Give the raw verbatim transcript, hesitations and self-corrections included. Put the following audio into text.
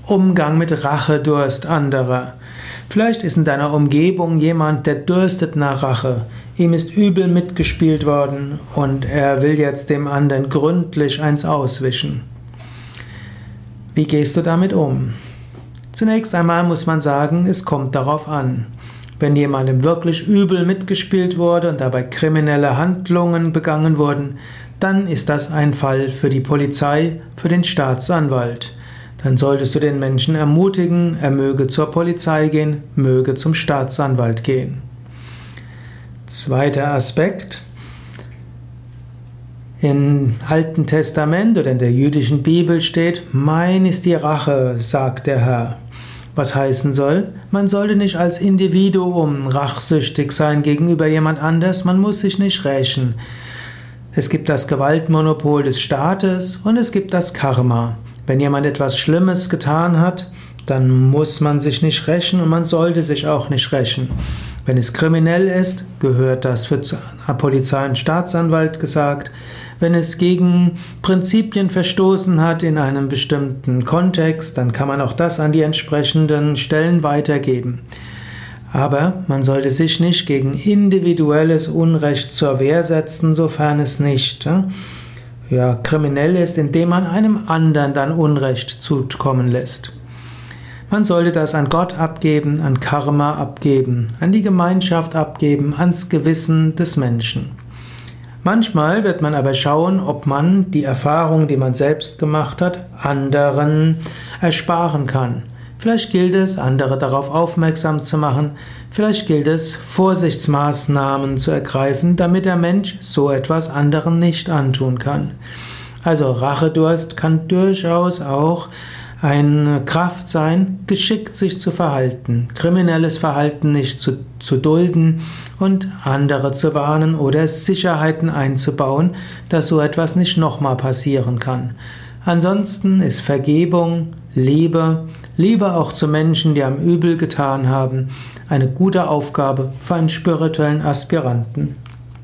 Umgang mit Rachedurst anderer. Vielleicht ist in deiner Umgebung jemand, der dürstet nach Rache. Ihm ist übel mitgespielt worden und er will jetzt dem anderen gründlich eins auswischen. Wie gehst du damit um? Zunächst einmal muss man sagen, es kommt darauf an. Wenn jemandem wirklich übel mitgespielt wurde und dabei kriminelle Handlungen begangen wurden, dann ist das ein Fall für die Polizei, für den Staatsanwalt. Dann solltest du den Menschen ermutigen, er möge zur Polizei gehen, möge zum Staatsanwalt gehen. Zweiter Aspekt. Im Alten Testament oder in der jüdischen Bibel steht, mein ist die Rache, sagt der Herr. Was heißen soll, man sollte nicht als Individuum rachsüchtig sein gegenüber jemand anders, man muss sich nicht rächen. Es gibt das Gewaltmonopol des Staates und es gibt das Karma. Wenn jemand etwas Schlimmes getan hat, dann muss man sich nicht rächen und man sollte sich auch nicht rächen. Wenn es kriminell ist, gehört das für Polizei und Staatsanwalt gesagt. Wenn es gegen Prinzipien verstoßen hat in einem bestimmten Kontext, dann kann man auch das an die entsprechenden Stellen weitergeben. Aber man sollte sich nicht gegen individuelles Unrecht zur Wehr setzen, sofern es nicht ja, kriminell ist, indem man einem anderen dann Unrecht zukommen lässt. Man sollte das an Gott abgeben, an Karma abgeben, an die Gemeinschaft abgeben, ans Gewissen des Menschen. Manchmal wird man aber schauen, ob man die Erfahrung, die man selbst gemacht hat, anderen ersparen kann. Vielleicht gilt es, andere darauf aufmerksam zu machen. Vielleicht gilt es, Vorsichtsmaßnahmen zu ergreifen, damit der Mensch so etwas anderen nicht antun kann. Also Rachedurst kann durchaus auch eine Kraft sein, geschickt sich zu verhalten, kriminelles Verhalten nicht zu, zu dulden und andere zu warnen oder Sicherheiten einzubauen, dass so etwas nicht nochmal passieren kann. Ansonsten ist Vergebung, Liebe, Liebe auch zu Menschen, die einem Übel getan haben, eine gute Aufgabe für einen spirituellen Aspiranten.